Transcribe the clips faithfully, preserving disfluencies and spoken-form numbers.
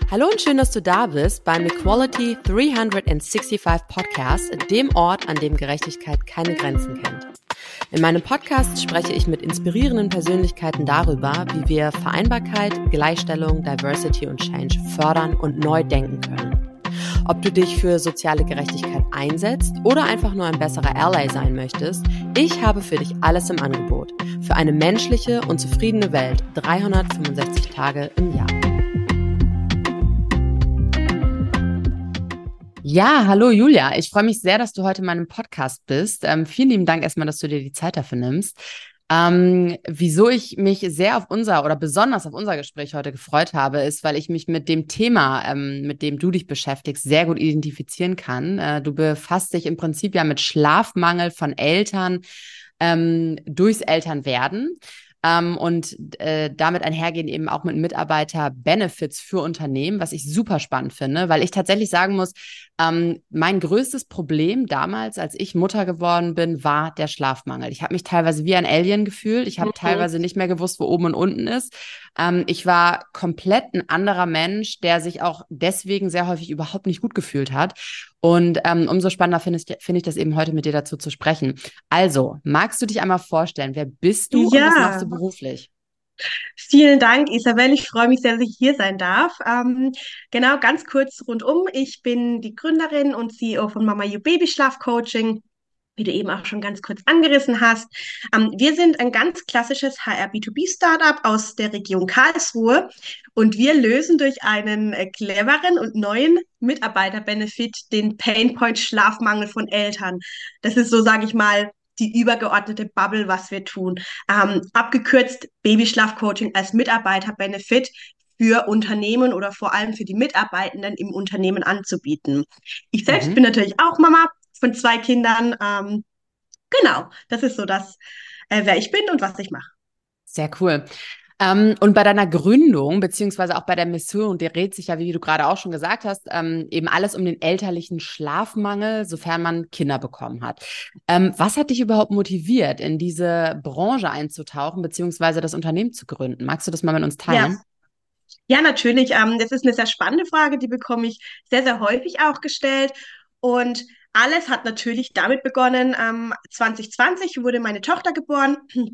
Hallo und schön, dass du da bist beim Equality dreihundertfünfundsechzig Podcast, dem Ort, an dem Gerechtigkeit keine Grenzen kennt. In meinem Podcast spreche ich mit inspirierenden Persönlichkeiten darüber, wie wir Vereinbarkeit, Gleichstellung, Diversity und Change fördern und neu denken können. Ob du dich für soziale Gerechtigkeit einsetzt oder einfach nur ein besserer Ally sein möchtest, ich habe für dich alles im Angebot. Für eine menschliche und zufriedene Welt dreihundertfünfundsechzig Tage im Jahr. Ja, hallo Julia. Ich freue mich sehr, dass du heute in meinem Podcast bist. Ähm, vielen lieben Dank erstmal, dass du dir die Zeit dafür nimmst. Ähm, wieso ich mich sehr auf unser oder besonders auf unser Gespräch heute gefreut habe, ist, weil ich mich mit dem Thema, ähm, mit dem du dich beschäftigst, sehr gut identifizieren kann. Äh, du befasst dich im Prinzip ja mit Schlafmangel von Eltern ähm, durchs Elternwerden. Ähm, und äh, damit einhergehen eben auch mit Mitarbeiter-Benefits für Unternehmen, was ich super spannend finde, weil ich tatsächlich sagen muss, ähm, mein größtes Problem damals, als ich Mutter geworden bin, war der Schlafmangel. Ich habe mich teilweise wie ein Alien gefühlt. Ich habe Mhm. teilweise nicht mehr gewusst, wo oben und unten ist. Ähm, ich war komplett ein anderer Mensch, der sich auch deswegen sehr häufig überhaupt nicht gut gefühlt hat. Und ähm, umso spannender finde ich, finde ich das eben heute mit dir dazu zu sprechen. Also, magst du dich einmal vorstellen, wer bist du und was machst Ja, du beruflich? vielen Dank, Isabel. Ich freue mich sehr, dass ich hier sein darf. Ähm, genau, ganz kurz rundum. Ich bin die Gründerin und C E O von Mama You Baby Schlaf Coaching, wie du eben auch schon ganz kurz angerissen hast. Ähm, wir sind ein ganz klassisches H R B zwei B Startup aus der Region Karlsruhe und wir lösen durch einen äh, cleveren und neuen Mitarbeiterbenefit den Painpoint Schlafmangel von Eltern. Das ist so, sage ich mal, die übergeordnete Bubble, was wir tun. Ähm, abgekürzt Babyschlafcoaching als Mitarbeiterbenefit für Unternehmen oder vor allem für die Mitarbeitenden im Unternehmen anzubieten. Ich selbst bin Mhm. natürlich auch Mama von zwei Kindern. Ähm, genau, das ist so das, äh, wer ich bin und was ich mache. Sehr cool. Ähm, und bei deiner Gründung, beziehungsweise auch bei der Mission, dreht sich ja, wie du gerade auch schon gesagt hast, ähm, eben alles um den elterlichen Schlafmangel, sofern man Kinder bekommen hat. Ähm, was hat dich überhaupt motiviert, in diese Branche einzutauchen, beziehungsweise das Unternehmen zu gründen? Magst du das mal mit uns Ja, teilen? ja, natürlich. Ähm, das ist eine sehr spannende Frage, die bekomme ich sehr, sehr häufig auch gestellt. Und alles hat natürlich damit begonnen. Ähm, zwanzig zwanzig wurde meine Tochter geboren,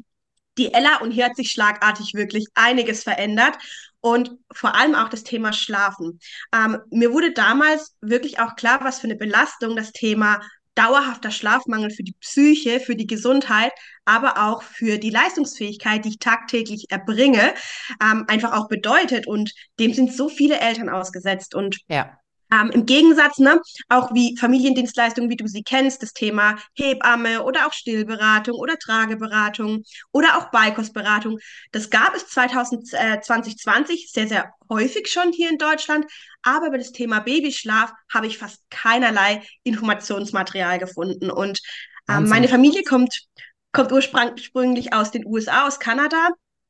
die Ella, und hier hat sich schlagartig wirklich einiges verändert. Und vor allem auch das Thema Schlafen. Ähm, mir wurde damals wirklich auch klar, was für eine Belastung das Thema dauerhafter Schlafmangel für die Psyche, für die Gesundheit, aber auch für die Leistungsfähigkeit, die ich tagtäglich erbringe, ähm, einfach auch bedeutet. Und dem sind so viele Eltern ausgesetzt. Und Ja. ähm, im Gegensatz, ne, auch wie Familiendienstleistungen, wie du sie kennst, das Thema Hebamme oder auch Stillberatung oder Trageberatung oder auch Beikostberatung, das gab es zwanzig zwanzig sehr, sehr häufig schon hier in Deutschland. Aber über das Thema Babyschlaf habe ich fast keinerlei Informationsmaterial gefunden. Und ähm, meine Wahnsinn. Familie kommt, kommt ursprünglich aus den U S A, aus Kanada.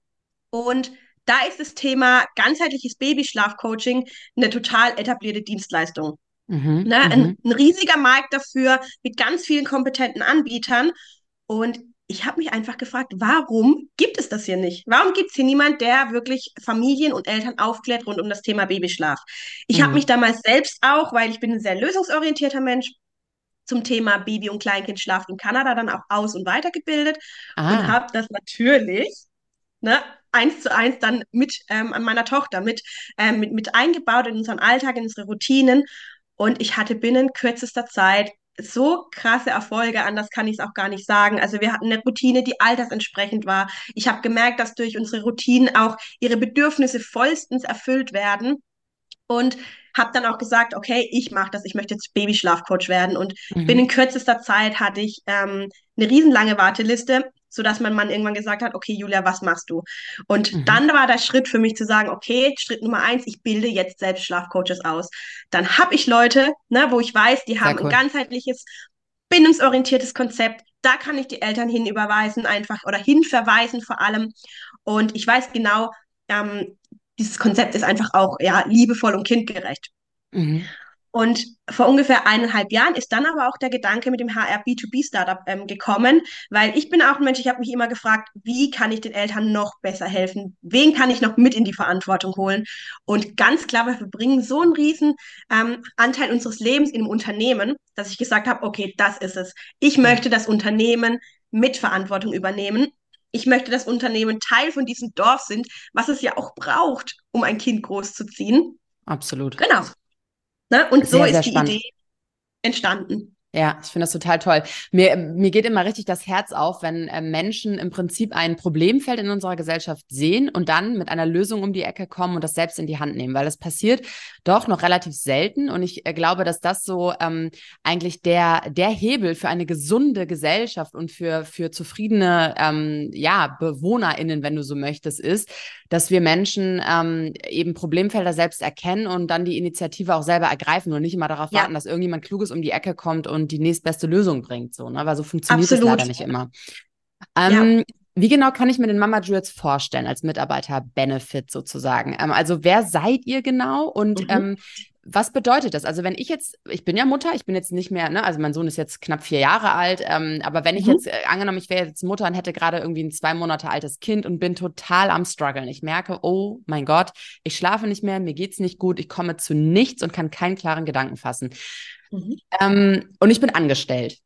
Und da ist das Thema ganzheitliches Babyschlafcoaching eine total etablierte Dienstleistung. Mhm. Ne? Ein, Mhm. ein riesiger Markt dafür mit ganz vielen kompetenten Anbietern. Und ich habe mich einfach gefragt, warum gibt es das hier nicht? Warum gibt es hier niemand, der wirklich Familien und Eltern aufklärt rund um das Thema Babyschlaf? Ich habe mich Mhm. damals selbst auch, weil ich bin ein sehr lösungsorientierter Mensch, zum Thema Baby- und Kleinkindschlaf in Kanada dann auch aus- und weitergebildet und Ah. habe das natürlich, ne, eins zu eins dann mit ähm, an meiner Tochter mit, ähm, mit, mit eingebaut in unseren Alltag, in unsere Routinen. Und ich hatte binnen kürzester Zeit so krasse Erfolge, anders kann ich es auch gar nicht sagen. Also wir hatten eine Routine, die altersentsprechend war. Ich habe gemerkt, dass durch unsere Routinen auch ihre Bedürfnisse vollstens erfüllt werden. Und habe dann auch gesagt, okay, ich mache das, ich möchte jetzt Babyschlafcoach werden. Und binnen Mhm. kürzester Zeit hatte ich ähm, eine riesenlange Warteliste, sodass mein Mann irgendwann gesagt hat, okay, Julia, was machst du? Und Mhm. dann war der Schritt für mich zu sagen, okay, Schritt Nummer eins, ich bilde jetzt selbst Schlafcoaches aus. Dann habe ich Leute, ne, wo ich weiß, die Sehr haben ein cool. ganzheitliches, bindungsorientiertes Konzept. Da kann ich die Eltern hinüberweisen, einfach oder hinverweisen vor allem. Und ich weiß genau, ähm, dieses Konzept ist einfach auch ja liebevoll und kindgerecht. Mhm. Und vor ungefähr eineinhalb Jahren ist dann aber auch der Gedanke mit dem H R B zwei B Startup ähm, gekommen, weil ich bin auch ein Mensch, ich habe mich immer gefragt, wie kann ich den Eltern noch besser helfen? Wen kann ich noch mit in die Verantwortung holen? Und ganz klar, wir verbringen so einen riesen ähm, Anteil unseres Lebens in einem Unternehmen, dass ich gesagt habe, okay, das ist es. Ich Ja, möchte das Unternehmen mit Verantwortung übernehmen. Ich möchte, dass Unternehmen Teil von diesem Dorf sind, was es ja auch braucht, um ein Kind großzuziehen. absolut. Genau. Ne? Und so Sehr, sehr ist die spannend. Idee entstanden. Ja, ich finde das total toll. Mir, mir geht immer richtig das Herz auf, wenn äh, Menschen im Prinzip ein Problemfeld in unserer Gesellschaft sehen und dann mit einer Lösung um die Ecke kommen und das selbst in die Hand nehmen, weil das passiert doch noch relativ selten. Und ich äh, glaube, dass das so ähm, eigentlich der, der Hebel für eine gesunde Gesellschaft und für, für zufriedene ähm, ja, BewohnerInnen, wenn du so möchtest, ist, dass wir Menschen ähm, eben Problemfelder selbst erkennen und dann die Initiative auch selber ergreifen und nicht immer darauf Ja, warten, dass irgendjemand Kluges um die Ecke kommt und die nächstbeste Lösung bringt. So, ne? Weil so funktioniert es leider absolut. nicht immer. Ja. Ähm, wie genau kann ich mir den Mama Drew jetzt vorstellen als Mitarbeiter-Benefit sozusagen? Ähm, also wer seid ihr genau und Mhm. ähm, was bedeutet das? Also wenn ich jetzt, ich bin ja Mutter, ich bin jetzt nicht mehr, ne, also mein Sohn ist jetzt knapp vier Jahre alt, ähm, aber wenn ich Mhm. jetzt, äh, angenommen, ich wäre jetzt Mutter und hätte gerade irgendwie ein zwei Monate altes Kind und bin total am struggeln. Ich merke, oh mein Gott, ich schlafe nicht mehr, mir geht's nicht gut, ich komme zu nichts und kann keinen klaren Gedanken fassen. Mhm. Ähm, und ich bin angestellt.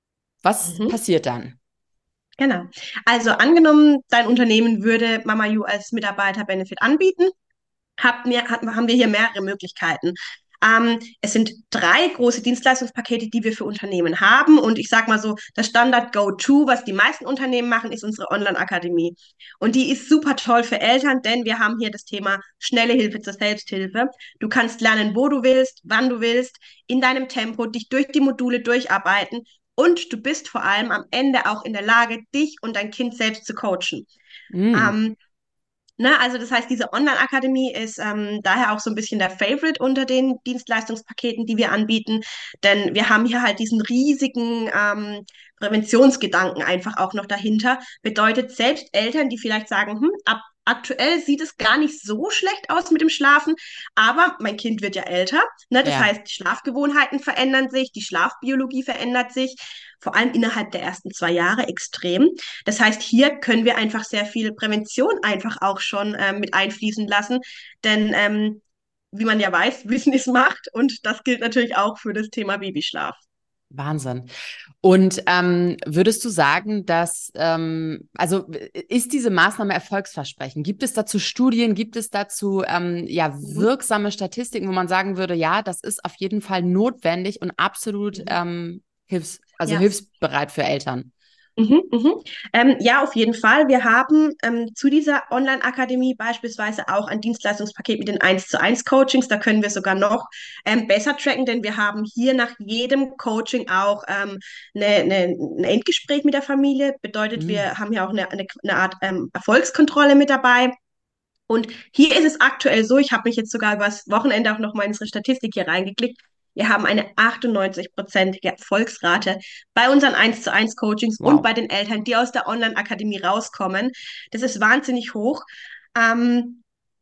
Was Mhm. passiert dann? Genau. Also angenommen, dein Unternehmen würde Mama You als Mitarbeiter-Benefit anbieten, habt mir, hat, haben wir hier mehrere Möglichkeiten. Ähm, es sind drei große Dienstleistungspakete, die wir für Unternehmen haben. Und ich sage mal so, das Standard Go-To, was die meisten Unternehmen machen, ist unsere Online-Akademie. Und die ist super toll für Eltern, denn wir haben hier das Thema schnelle Hilfe zur Selbsthilfe. Du kannst lernen, wo du willst, wann du willst, in deinem Tempo, dich durch die Module durcharbeiten. Und du bist vor allem am Ende auch in der Lage, dich und dein Kind selbst zu coachen. Mm, Ähm, Ne, also das heißt, diese Online-Akademie ist ähm, daher auch so ein bisschen der Favorite unter den Dienstleistungspaketen, die wir anbieten. Denn wir haben hier halt diesen riesigen ähm, Präventionsgedanken einfach auch noch dahinter. Bedeutet, selbst Eltern, die vielleicht sagen, hm, ab aktuell sieht es gar nicht so schlecht aus mit dem Schlafen, aber mein Kind wird ja älter. Ne? Das ja. heißt, die Schlafgewohnheiten verändern sich, die Schlafbiologie verändert sich, vor allem innerhalb der ersten zwei Jahre extrem. Das heißt, hier können wir einfach sehr viel Prävention einfach auch schon ähm, mit einfließen lassen, denn ähm, wie man ja weiß, Wissen ist Macht und das gilt natürlich auch für das Thema Babyschlaf. Wahnsinn. Und ähm, würdest du sagen, dass, ähm, also ist diese Maßnahme erfolgsversprechend? Gibt es dazu Studien, gibt es dazu ähm, ja Mhm. wirksame Statistiken, wo man sagen würde, ja, das ist auf jeden Fall notwendig und absolut Mhm. ähm, hilfs-, also Ja. hilfsbereit für Eltern? Mhm, mhm. Ähm, ja, auf jeden Fall. Wir haben ähm, zu dieser Online-Akademie beispielsweise auch ein Dienstleistungspaket mit den eins zu eins Coachings. Da können wir sogar noch ähm, besser tracken, denn wir haben hier nach jedem Coaching auch ähm, eine, eine, ein Endgespräch mit der Familie. Bedeutet, Mm, wir haben hier auch eine, eine, eine Art ähm, Erfolgskontrolle mit dabei. Und hier ist es aktuell so, ich habe mich jetzt sogar übers Wochenende auch noch mal in unsere Statistik hier reingeklickt. Wir haben eine achtundneunzig-prozentige Erfolgsrate bei unseren eins zu eins Coachings und wow. bei den Eltern, die aus der Online-Akademie rauskommen. Das ist wahnsinnig hoch. Ähm,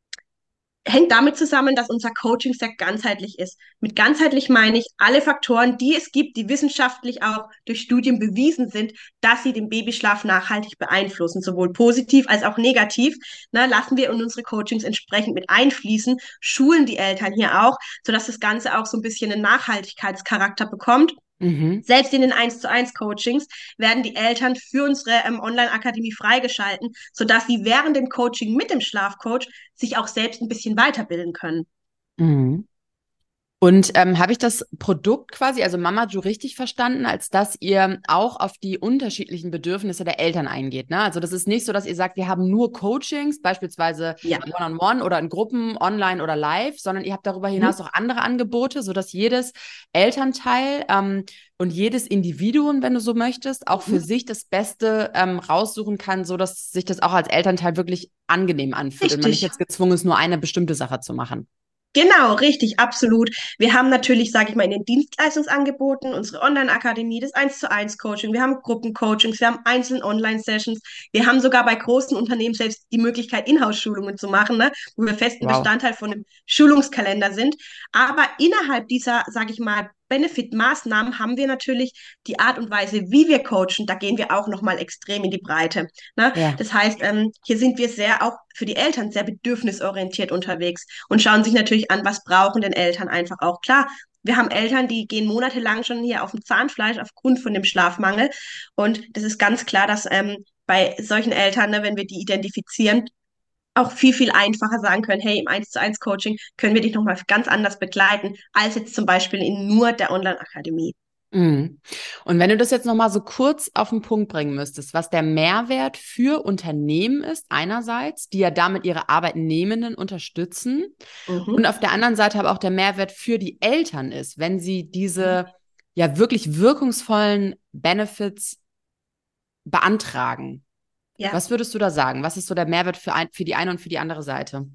Hängt damit zusammen, dass unser Coaching sehr ganzheitlich ist. Mit ganzheitlich meine ich alle Faktoren, die es gibt, die wissenschaftlich auch durch Studien bewiesen sind, dass sie den Babyschlaf nachhaltig beeinflussen, sowohl positiv als auch negativ. Na, lassen wir in unsere Coachings entsprechend mit einfließen, schulen die Eltern hier auch, sodass das Ganze auch so ein bisschen einen Nachhaltigkeitscharakter bekommt. Mhm. Selbst in den eins zu eins Coachings werden die Eltern für unsere ähm, Online-Akademie freigeschalten, sodass sie während dem Coaching mit dem Schlafcoach sich auch selbst ein bisschen weiterbilden können. Mhm. Und ähm, habe ich das Produkt quasi, also Mama Ju, richtig verstanden, als dass ihr auch auf die unterschiedlichen Bedürfnisse der Eltern eingeht, ne? Also das ist nicht so, dass ihr sagt, wir haben nur Coachings, beispielsweise Ja. One-on-One oder in Gruppen, online oder live, sondern ihr habt darüber hinaus Mhm. auch andere Angebote, sodass jedes Elternteil ähm, und jedes Individuum, wenn du so möchtest, auch für Mhm. sich das Beste ähm, raussuchen kann, sodass sich das auch als Elternteil wirklich angenehm anfühlt und man nicht Richtig. jetzt gezwungen ist, nur eine bestimmte Sache zu machen. Genau, richtig, absolut. Wir haben natürlich, sage ich mal, in den Dienstleistungsangeboten unsere Online-Akademie, das eins zu eins Coaching, wir haben Gruppencoachings, wir haben einzelne Online-Sessions, wir haben sogar bei großen Unternehmen selbst die Möglichkeit, Inhouse-Schulungen zu machen, ne, wo wir festen Wow. Bestandteil von einem Schulungskalender sind. Aber innerhalb dieser, sage ich mal, Benefit-Maßnahmen haben wir natürlich die Art und Weise, wie wir coachen, da gehen wir auch nochmal extrem in die Breite. Ne? Ja. Das heißt, ähm, hier sind wir sehr auch für die Eltern sehr bedürfnisorientiert unterwegs und schauen sich natürlich an, was brauchen denn Eltern einfach auch. Klar, wir haben Eltern, die gehen monatelang schon hier auf dem Zahnfleisch aufgrund von dem Schlafmangel. Und das ist ganz klar, dass ähm, bei solchen Eltern, ne, wenn wir die identifizieren, auch viel, viel einfacher sagen können, hey, im eins zu eins Coaching können wir dich nochmal ganz anders begleiten, als jetzt zum Beispiel in nur der Online-Akademie. Mhm. Und wenn du das jetzt nochmal so kurz auf den Punkt bringen müsstest, was der Mehrwert für Unternehmen ist, einerseits, die ja damit ihre Arbeitnehmenden unterstützen, und Mhm. auf der anderen Seite aber auch der Mehrwert für die Eltern ist, wenn sie diese ja wirklich wirkungsvollen Benefits beantragen. Ja, Was würdest du da sagen? Was ist so der Mehrwert für, ein, für die eine und für die andere Seite?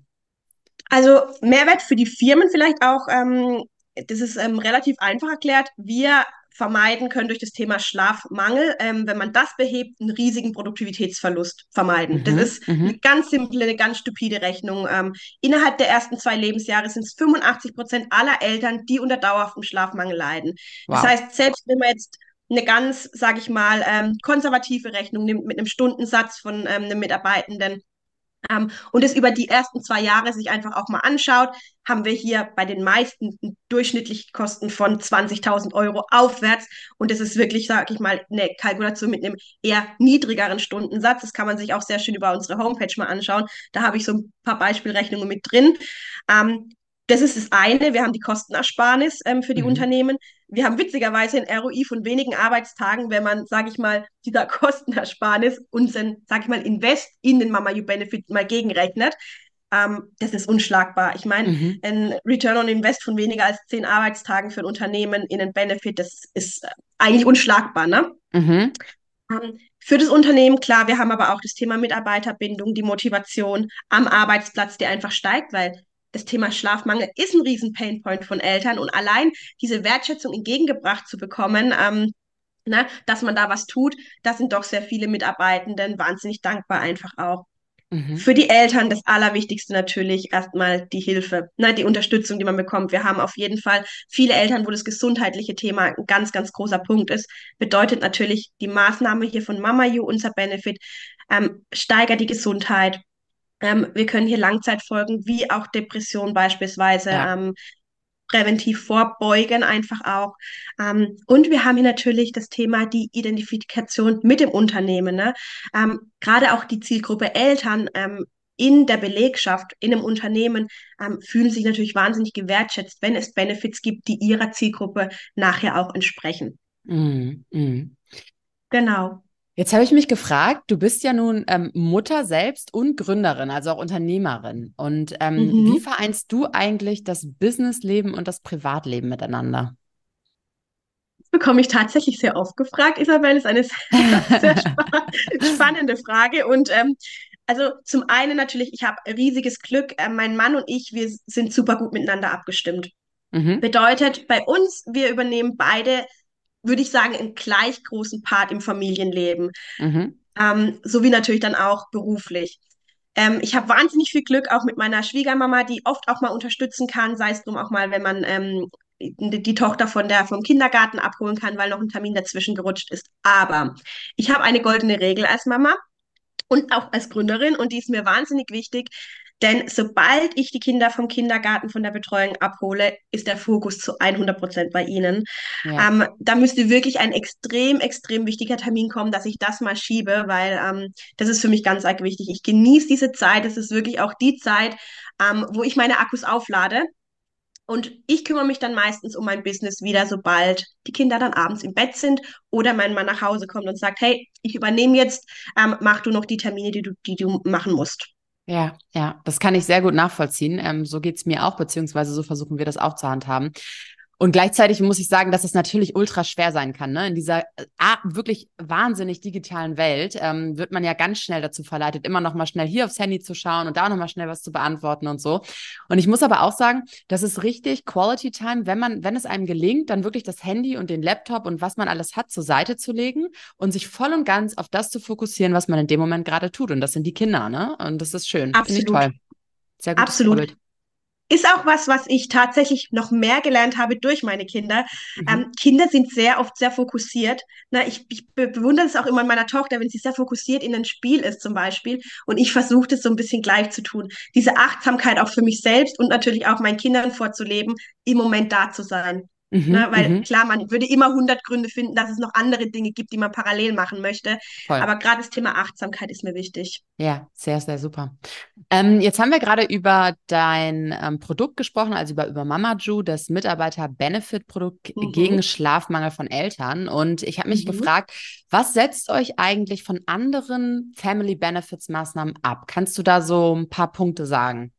also Mehrwert für die Firmen vielleicht auch, ähm, das ist ähm, relativ einfach erklärt. Wir vermeiden können durch das Thema Schlafmangel, ähm, wenn man das behebt, einen riesigen Produktivitätsverlust vermeiden. Das Mhm, ist eine mhm. ganz simple, eine ganz stupide Rechnung. Ähm, innerhalb der ersten zwei Lebensjahre sind es fünfundachtzig Prozent aller Eltern, die unter dauerhaftem Schlafmangel leiden. Das Wow. heißt, selbst wenn man jetzt eine ganz, sage ich mal, ähm, konservative Rechnung nimmt mit einem Stundensatz von ähm, einem Mitarbeitenden, ähm, und es über die ersten zwei Jahre sich einfach auch mal anschaut, haben wir hier bei den meisten durchschnittliche Kosten von zwanzigtausend Euro aufwärts. Und das ist wirklich, sage ich mal, eine Kalkulation mit einem eher niedrigeren Stundensatz. Das kann man sich auch sehr schön über unsere Homepage mal anschauen. Da habe ich so ein paar Beispielrechnungen mit drin. Ähm, Das ist das eine. Wir haben die Kostenersparnis ähm, für die Mhm. Unternehmen. Wir haben witzigerweise ein R O I von wenigen Arbeitstagen, wenn man, sage ich mal, dieser Kostenersparnis unseren, sage ich mal, Invest in den Mama You Benefit mal gegenrechnet. Ähm, das ist unschlagbar. Ich meine, Mhm. ein Return on Invest von weniger als zehn Arbeitstagen für ein Unternehmen in einen Benefit, das ist äh, eigentlich unschlagbar, ne? Mhm. Ähm, für das Unternehmen, klar, wir haben aber auch das Thema Mitarbeiterbindung, die Motivation am Arbeitsplatz, die einfach steigt, weil das Thema Schlafmangel ist ein riesen Painpoint von Eltern und allein diese Wertschätzung entgegengebracht zu bekommen, ähm, ne, dass man da was tut, da sind doch sehr viele Mitarbeitenden wahnsinnig dankbar einfach auch. Mhm. Für die Eltern das Allerwichtigste natürlich erstmal die Hilfe, ne, die Unterstützung, die man bekommt. Wir haben auf jeden Fall viele Eltern, wo das gesundheitliche Thema ein ganz, ganz großer Punkt ist. Bedeutet natürlich die Maßnahme hier von Mama You, unser Benefit, ähm, steigert die Gesundheit. Ähm, wir können hier Langzeitfolgen wie auch Depression beispielsweise Ja. ähm, präventiv vorbeugen, einfach auch. Ähm, und wir haben hier natürlich das Thema die Identifikation mit dem Unternehmen. Ne? Ähm, gerade auch die Zielgruppe Eltern ähm, in der Belegschaft, in einem Unternehmen, ähm, fühlen sich natürlich wahnsinnig gewertschätzt, wenn es Benefits gibt, die ihrer Zielgruppe nachher auch entsprechen. Mhm. Mhm. Genau. Jetzt habe ich mich gefragt, du bist ja nun ähm, Mutter selbst und Gründerin, also auch Unternehmerin. Und ähm, wie Mhm. vereinst du eigentlich das Businessleben und das Privatleben miteinander? Bekomme ich tatsächlich sehr oft gefragt, Isabel, ist eine sehr, sehr spa spannende Frage. Und ähm, also zum einen natürlich, ich habe riesiges Glück, äh, mein Mann und ich, wir sind super gut miteinander abgestimmt. Mhm. Bedeutet bei uns, wir übernehmen beide, würde ich sagen, einen gleich großen Part im Familienleben, Mhm. ähm, sowie natürlich dann auch beruflich. Ähm, ich habe wahnsinnig viel Glück auch mit meiner Schwiegermama, die oft auch mal unterstützen kann, sei es drum auch mal, wenn man ähm, die, die Tochter von der, vom Kindergarten abholen kann, weil noch ein Termin dazwischen gerutscht ist. Aber ich habe eine goldene Regel als Mama und auch als Gründerin und die ist mir wahnsinnig wichtig, denn sobald ich die Kinder vom Kindergarten, von der Betreuung abhole, ist der Fokus zu hundert Prozent bei ihnen. Ja. Ähm, da müsste wirklich ein extrem, extrem wichtiger Termin kommen, dass ich das mal schiebe, weil ähm, das ist für mich ganz arg wichtig. Ich genieße diese Zeit. Es ist wirklich auch die Zeit, ähm, wo ich meine Akkus auflade. Und ich kümmere mich dann meistens um mein Business wieder, sobald die Kinder dann abends im Bett sind oder mein Mann nach Hause kommt und sagt, hey, ich übernehme jetzt, ähm, mach du noch die Termine, die du, die du machen musst. Ja, ja, das kann ich sehr gut nachvollziehen. Ähm, so geht es mir auch, beziehungsweise so versuchen wir das auch zu handhaben. Und gleichzeitig muss ich sagen, dass es natürlich ultra schwer sein kann. Ne? In dieser äh, wirklich wahnsinnig digitalen Welt ähm, wird man ja ganz schnell dazu verleitet, immer noch mal schnell hier aufs Handy zu schauen und da noch mal schnell was zu beantworten und so. Und ich muss aber auch sagen, das ist richtig Quality Time, wenn man, wenn es einem gelingt, dann wirklich das Handy und den Laptop und was man alles hat zur Seite zu legen und sich voll und ganz auf das zu fokussieren, was man in dem Moment gerade tut. Und das sind die Kinder, ne? Und das ist schön. Finde ich Absolut, toll. Sehr gutes absolut. Vorbild. Ist auch was, was ich tatsächlich noch mehr gelernt habe durch meine Kinder. Mhm. Ähm, Kinder sind sehr oft sehr fokussiert. Na, ich, ich be- bewundere es auch immer in meiner Tochter, wenn sie sehr fokussiert in ein Spiel ist zum Beispiel. Und ich versuche das so ein bisschen gleich zu tun. Diese Achtsamkeit auch für mich selbst und natürlich auch meinen Kindern vorzuleben, im Moment da zu sein. Mhm. Na, weil Mhm. klar, man würde immer hundert Gründe finden, dass es noch andere Dinge gibt, die man parallel machen möchte. Voll. Aber gerade das Thema Achtsamkeit ist mir wichtig. Ja, sehr, sehr super. Ähm, jetzt haben wir gerade über dein ähm, Produkt gesprochen, also über, über Mamaju, das Mitarbeiter-Benefit-Produkt Mhm. gegen Schlafmangel von Eltern. Und ich habe mich Mhm. gefragt, was setzt euch eigentlich von anderen Family Benefits-Maßnahmen ab? Kannst du da so ein paar Punkte sagen?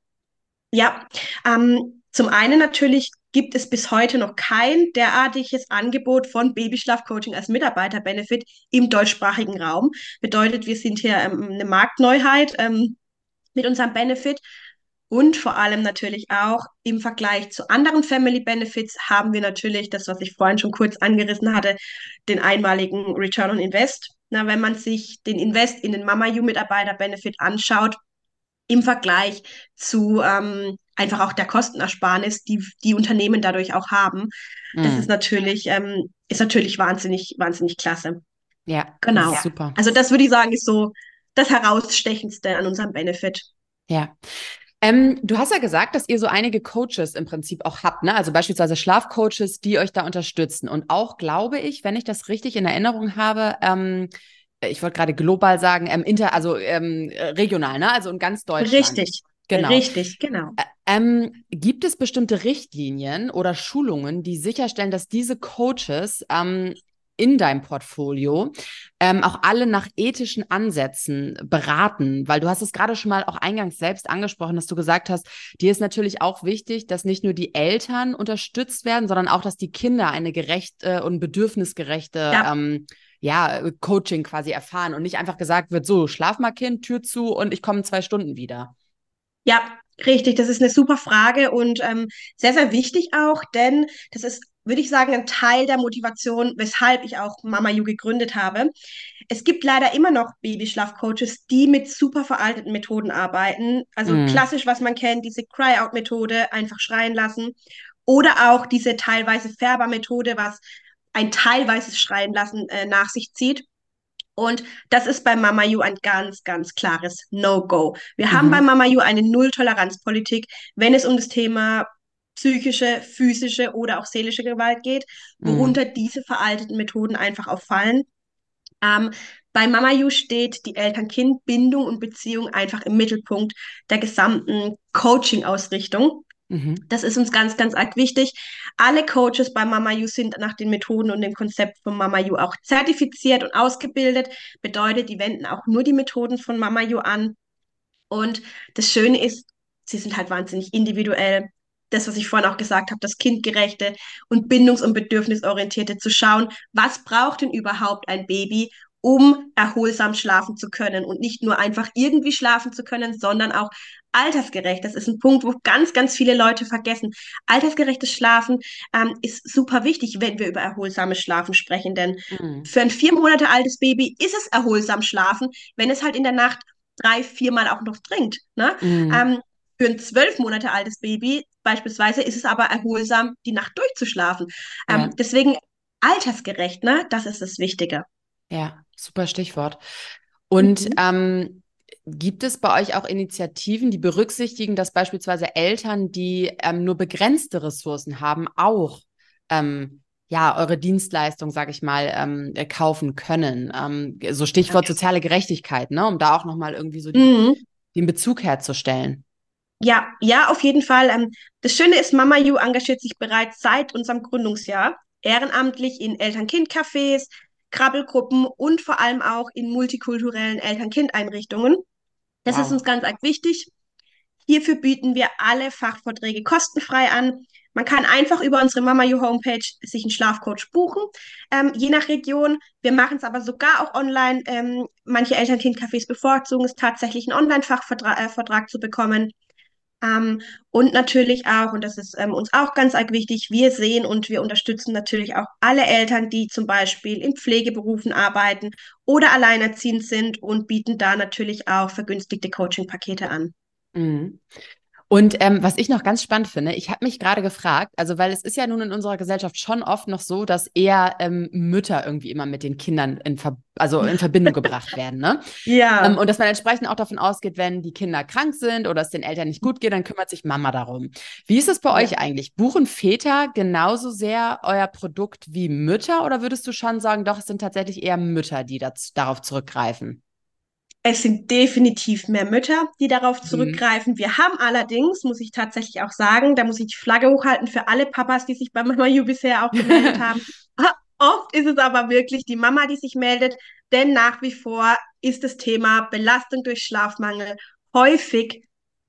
Ja, ähm, zum einen natürlich gibt es bis heute noch kein derartiges Angebot von Babyschlafcoaching als Mitarbeiterbenefit im deutschsprachigen Raum. Bedeutet, wir sind hier ähm, eine Marktneuheit ähm, mit unserem Benefit. Und vor allem natürlich auch im Vergleich zu anderen Family Benefits haben wir natürlich das, was ich vorhin schon kurz angerissen hatte, den einmaligen Return on Invest. Na, wenn man sich den Invest in den Mama You Mitarbeiter Benefit anschaut, im Vergleich zu ähm, einfach auch der Kostenersparnis, die die Unternehmen dadurch auch haben. Das ist Mm, natürlich, ähm, ist natürlich wahnsinnig, wahnsinnig klasse. ja, das Genau. ist super. Also das würde ich sagen, ist so das Herausstechendste an unserem Benefit. Ja. Ähm, du hast ja gesagt, dass ihr so einige Coaches im Prinzip auch habt, ne? Also beispielsweise Schlafcoaches, die euch da unterstützen. Und auch, glaube ich, wenn ich das richtig in Erinnerung habe, ähm, ich wollte gerade global sagen, ähm, inter, also ähm, äh, regional, ne? Also in ganz Deutschland. Richtig, Genau. richtig, genau. Ä- Ähm, gibt es bestimmte Richtlinien oder Schulungen, die sicherstellen, dass diese Coaches ähm, in deinem Portfolio ähm, auch alle nach ethischen Ansätzen beraten? Weil du hast es gerade schon mal auch eingangs selbst angesprochen, dass du gesagt hast, dir ist natürlich auch wichtig, dass nicht nur die Eltern unterstützt werden, sondern auch, dass die Kinder eine gerechte und bedürfnisgerechte Ja, ähm, ja, Coaching quasi erfahren und nicht einfach gesagt wird, so, schlaf mal Kind, Tür zu und ich komme in zwei Stunden wieder. ja, richtig. Das ist eine super Frage und ähm, sehr, sehr wichtig auch, denn das ist, würde ich sagen, ein Teil der Motivation, weshalb ich auch Mama You gegründet habe. Es gibt leider immer noch Babyschlafcoaches, die mit super veralteten Methoden arbeiten. Also Mm, klassisch, was man kennt, diese Cry-out-Methode, einfach schreien lassen. Oder auch diese teilweise Färber-Methode, was ein teilweises Schreien lassen äh, nach sich zieht. Und das ist bei Mama You ein ganz, ganz klares No-Go. Wir haben bei mhm. Mama You eine Null-Toleranz-Politik, wenn es um das Thema psychische, physische oder auch seelische Gewalt geht, Mm, worunter diese veralteten Methoden einfach auffallen. Ähm, bei Mama You steht die Eltern-Kind-Bindung und Beziehung einfach im Mittelpunkt der gesamten Coaching-Ausrichtung. mhm. Das ist uns ganz, ganz arg wichtig. Alle Coaches bei Mama You sind nach den Methoden und dem Konzept von Mama You auch zertifiziert und ausgebildet. Bedeutet, die wenden auch nur die Methoden von Mama You an. Und das Schöne ist, sie sind halt wahnsinnig individuell. Das, was ich vorhin auch gesagt habe, das kindgerechte und bindungs- und bedürfnisorientierte zu schauen, was braucht denn überhaupt ein Baby, um erholsam schlafen zu können und nicht nur einfach irgendwie schlafen zu können, sondern auch altersgerecht. Das ist ein Punkt, wo ganz, ganz viele Leute vergessen. Altersgerechtes Schlafen ähm, ist super wichtig, wenn wir über erholsames Schlafen sprechen, denn Mm, für ein vier Monate altes Baby ist es erholsam schlafen, wenn es halt in der Nacht drei, viermal auch noch trinkt. Ne? mm, Ähm, für ein zwölf Monate altes Baby beispielsweise ist es aber erholsam, die Nacht durchzuschlafen. Ähm, ja, deswegen altersgerecht, ne? Das ist das Wichtige. ja, super Stichwort. Und Mhm. ähm, gibt es bei euch auch Initiativen, die berücksichtigen, dass beispielsweise Eltern, die ähm, nur begrenzte Ressourcen haben, auch ähm, ja, eure Dienstleistung, sage ich mal, ähm, äh, kaufen können? Ähm, so Stichwort soziale Gerechtigkeit, ne? Um da auch nochmal irgendwie so die, Mhm. den Bezug herzustellen. Ja, ja, auf jeden Fall. Ähm, das Schöne ist, Mama You engagiert sich bereits seit unserem Gründungsjahr ehrenamtlich in Eltern-Kind-Cafés, Krabbelgruppen und vor allem auch in multikulturellen Eltern-Kind-Einrichtungen. Das ist uns Wow. ganz arg wichtig. Hierfür bieten wir alle Fachvorträge kostenfrei an. Man kann einfach über unsere Mama You Homepage sich einen Schlafcoach buchen, ähm, je nach Region. Wir machen es aber sogar auch online. Ähm, manche Eltern-Kind-Cafés bevorzugen es tatsächlich, einen Online-Fachvertrag äh, Vertrag zu bekommen. Ähm, und natürlich auch, und das ist ähm, uns auch ganz arg wichtig, wir sehen und wir unterstützen natürlich auch alle Eltern, die zum Beispiel in Pflegeberufen arbeiten oder alleinerziehend sind und bieten da natürlich auch vergünstigte Coaching-Pakete an. Mhm. Und ähm, was ich noch ganz spannend finde, ich habe mich gerade gefragt, also weil es ist ja nun in unserer Gesellschaft schon oft noch so, dass eher ähm, Mütter irgendwie immer mit den Kindern in, Ver also in Verbindung gebracht werden, ne? Ähm, Ja, und dass man entsprechend auch davon ausgeht, wenn die Kinder krank sind oder es den Eltern nicht gut geht, dann kümmert sich Mama darum. Wie ist es bei ja. euch eigentlich? Buchen Väter genauso sehr euer Produkt wie Mütter oder würdest du schon sagen, doch, es sind tatsächlich eher Mütter, die das, darauf zurückgreifen? Es sind definitiv mehr Mütter, die darauf Mhm. zurückgreifen. Wir haben allerdings, muss ich tatsächlich auch sagen, da muss ich die Flagge hochhalten für alle Papas, die sich bei Mama You bisher auch gemeldet haben. Oft ist es aber wirklich die Mama, die sich meldet, denn nach wie vor ist das Thema Belastung durch Schlafmangel häufig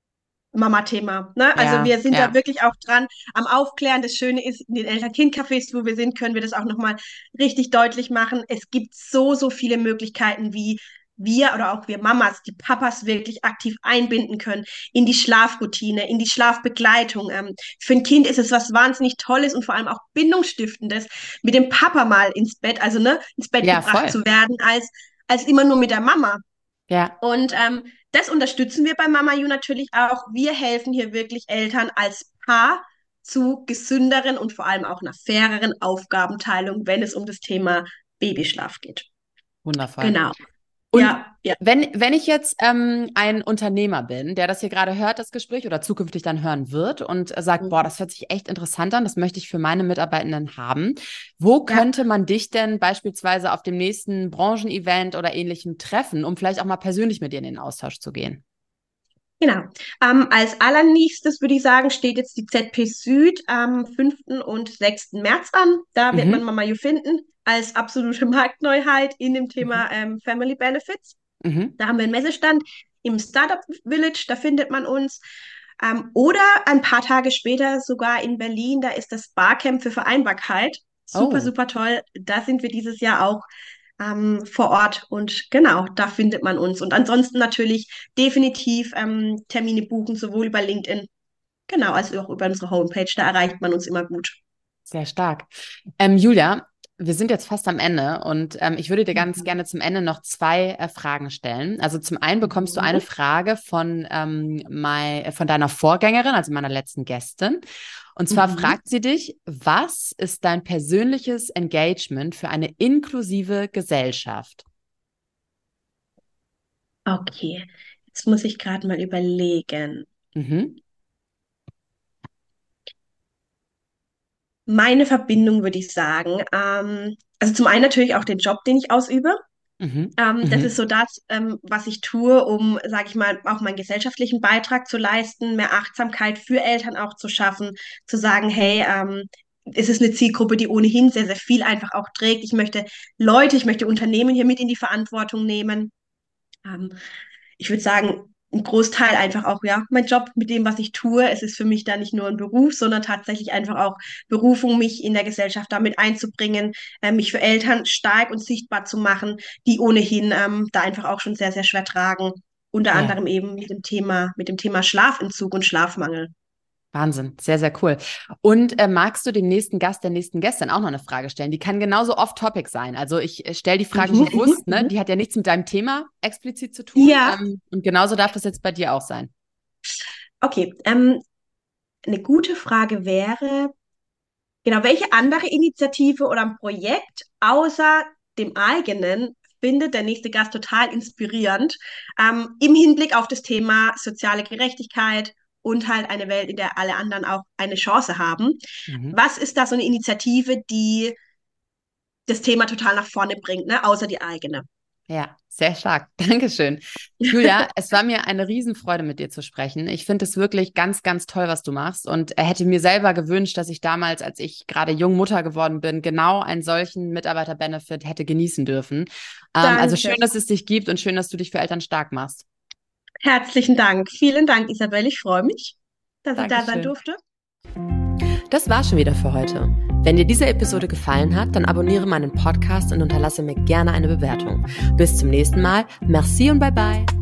Mama-Thema. Ne? Also Ja, wir sind da ja. wirklich auch dran am Aufklären. Das Schöne ist, in den Eltern-Kind-Cafés, wo wir sind, können wir das auch nochmal richtig deutlich machen. Es gibt so, so viele Möglichkeiten, wie wir oder auch wir Mamas, die Papas wirklich aktiv einbinden können in die Schlafroutine, in die Schlafbegleitung. Ähm, für ein Kind ist es was wahnsinnig Tolles und vor allem auch Bindungsstiftendes, mit dem Papa mal ins Bett, also ne, ins Bett Ja, gebracht voll. zu werden, als, als immer nur mit der Mama. Ja. Und ähm, das unterstützen wir bei Mama You natürlich auch. Wir helfen hier wirklich Eltern als Paar zu gesünderen und vor allem auch einer faireren Aufgabenteilung, wenn es um das Thema Babyschlaf geht. Wundervoll. Genau. Und Ja, ja. wenn, wenn ich jetzt ähm, ein Unternehmer bin, der das hier gerade hört, das Gespräch, oder zukünftig dann hören wird und äh, sagt, boah, Mhm. das hört sich echt interessant an, das möchte ich für meine Mitarbeitenden haben. Wo Ja. könnte man dich denn beispielsweise auf dem nächsten Branchenevent oder ähnlichem treffen, um vielleicht auch mal persönlich mit dir in den Austausch zu gehen? Genau. Ähm, als allernächstes würde ich sagen, steht jetzt die Z P Süd am fünften und sechsten März an. Da wird man Mhm. Mama You finden als absolute Marktneuheit in dem Mhm. Thema ähm, Family Benefits. Mhm. Da haben wir einen Messestand im Startup Village, da findet man uns. Ähm, oder ein paar Tage später sogar in Berlin, da ist das Barcamp für Vereinbarkeit. Super, Oh. super toll. Da sind wir dieses Jahr auch ähm, vor Ort und genau, da findet man uns. Und ansonsten natürlich definitiv ähm, Termine buchen, sowohl über LinkedIn, genau, als auch über unsere Homepage. Da erreicht man uns immer gut. Sehr stark. Ähm, Julia, wir sind jetzt fast am Ende und ähm, ich würde dir ganz Mhm. gerne zum Ende noch zwei äh, Fragen stellen. Also zum einen bekommst du eine Mhm. Frage von, ähm, mein, von deiner Vorgängerin, also meiner letzten Gästin. Und zwar Mhm. fragt sie dich, was ist dein persönliches Engagement für eine inklusive Gesellschaft? Okay, jetzt muss ich gerade mal überlegen. Mhm. Meine Verbindung würde ich sagen, ähm, also zum einen natürlich auch den Job, den ich ausübe. Mhm. Ähm, das ist Mhm. so das, ähm, was ich tue, um, sage ich mal, auch meinen gesellschaftlichen Beitrag zu leisten, mehr Achtsamkeit für Eltern auch zu schaffen, zu sagen, hey, ähm, es ist eine Zielgruppe, die ohnehin sehr, sehr viel einfach auch trägt. Ich möchte Leute, ich möchte Unternehmen hier mit in die Verantwortung nehmen. Ähm, Ich würde sagen, ein Großteil einfach auch, ja, mein Job mit dem, was ich tue. Es ist für mich da nicht nur ein Beruf, sondern tatsächlich einfach auch Berufung, mich in der Gesellschaft damit einzubringen, äh, mich für Eltern stark und sichtbar zu machen, die ohnehin ähm, da einfach auch schon sehr, sehr schwer tragen. Unter Ja. anderem eben mit dem Thema, mit dem Thema Schlafentzug und Schlafmangel. Wahnsinn, sehr, sehr cool. Und äh, magst du dem nächsten Gast, der nächsten Gästin auch noch eine Frage stellen? Die kann genauso off-topic sein. Also ich äh, stelle die Frage Mhm, mhm, bewusst, ne? mhm. Die hat ja nichts mit deinem Thema explizit zu tun. Ja, Ähm, und genauso darf das jetzt bei dir auch sein. okay. Ähm, eine gute Frage wäre, genau, welche andere Initiative oder ein Projekt außer dem eigenen findet der nächste Gast total inspirierend, ähm, im Hinblick auf das Thema soziale Gerechtigkeit und halt eine Welt, in der alle anderen auch eine Chance haben? Mhm. Was ist da so eine Initiative, die das Thema total nach vorne bringt, ne? Außer die eigene? Ja, sehr stark. Dankeschön. Julia, es war mir eine Riesenfreude, mit dir zu sprechen. Ich finde es wirklich ganz, ganz toll, was du machst. Und er hätte mir selber gewünscht, dass ich damals, als ich gerade jung Mutter geworden bin, genau einen solchen Mitarbeiter-Benefit hätte genießen dürfen. Ähm, also schön, Danke. dass es dich gibt und schön, dass du dich für Eltern stark machst. Herzlichen Dank. Vielen Dank, Isabel. Ich freue mich, dass ich da sein Dankeschön. durfte. Das war schon wieder für heute. Wenn dir diese Episode gefallen hat, dann abonniere meinen Podcast und unterlasse mir gerne eine Bewertung. Bis zum nächsten Mal. Merci und bye bye.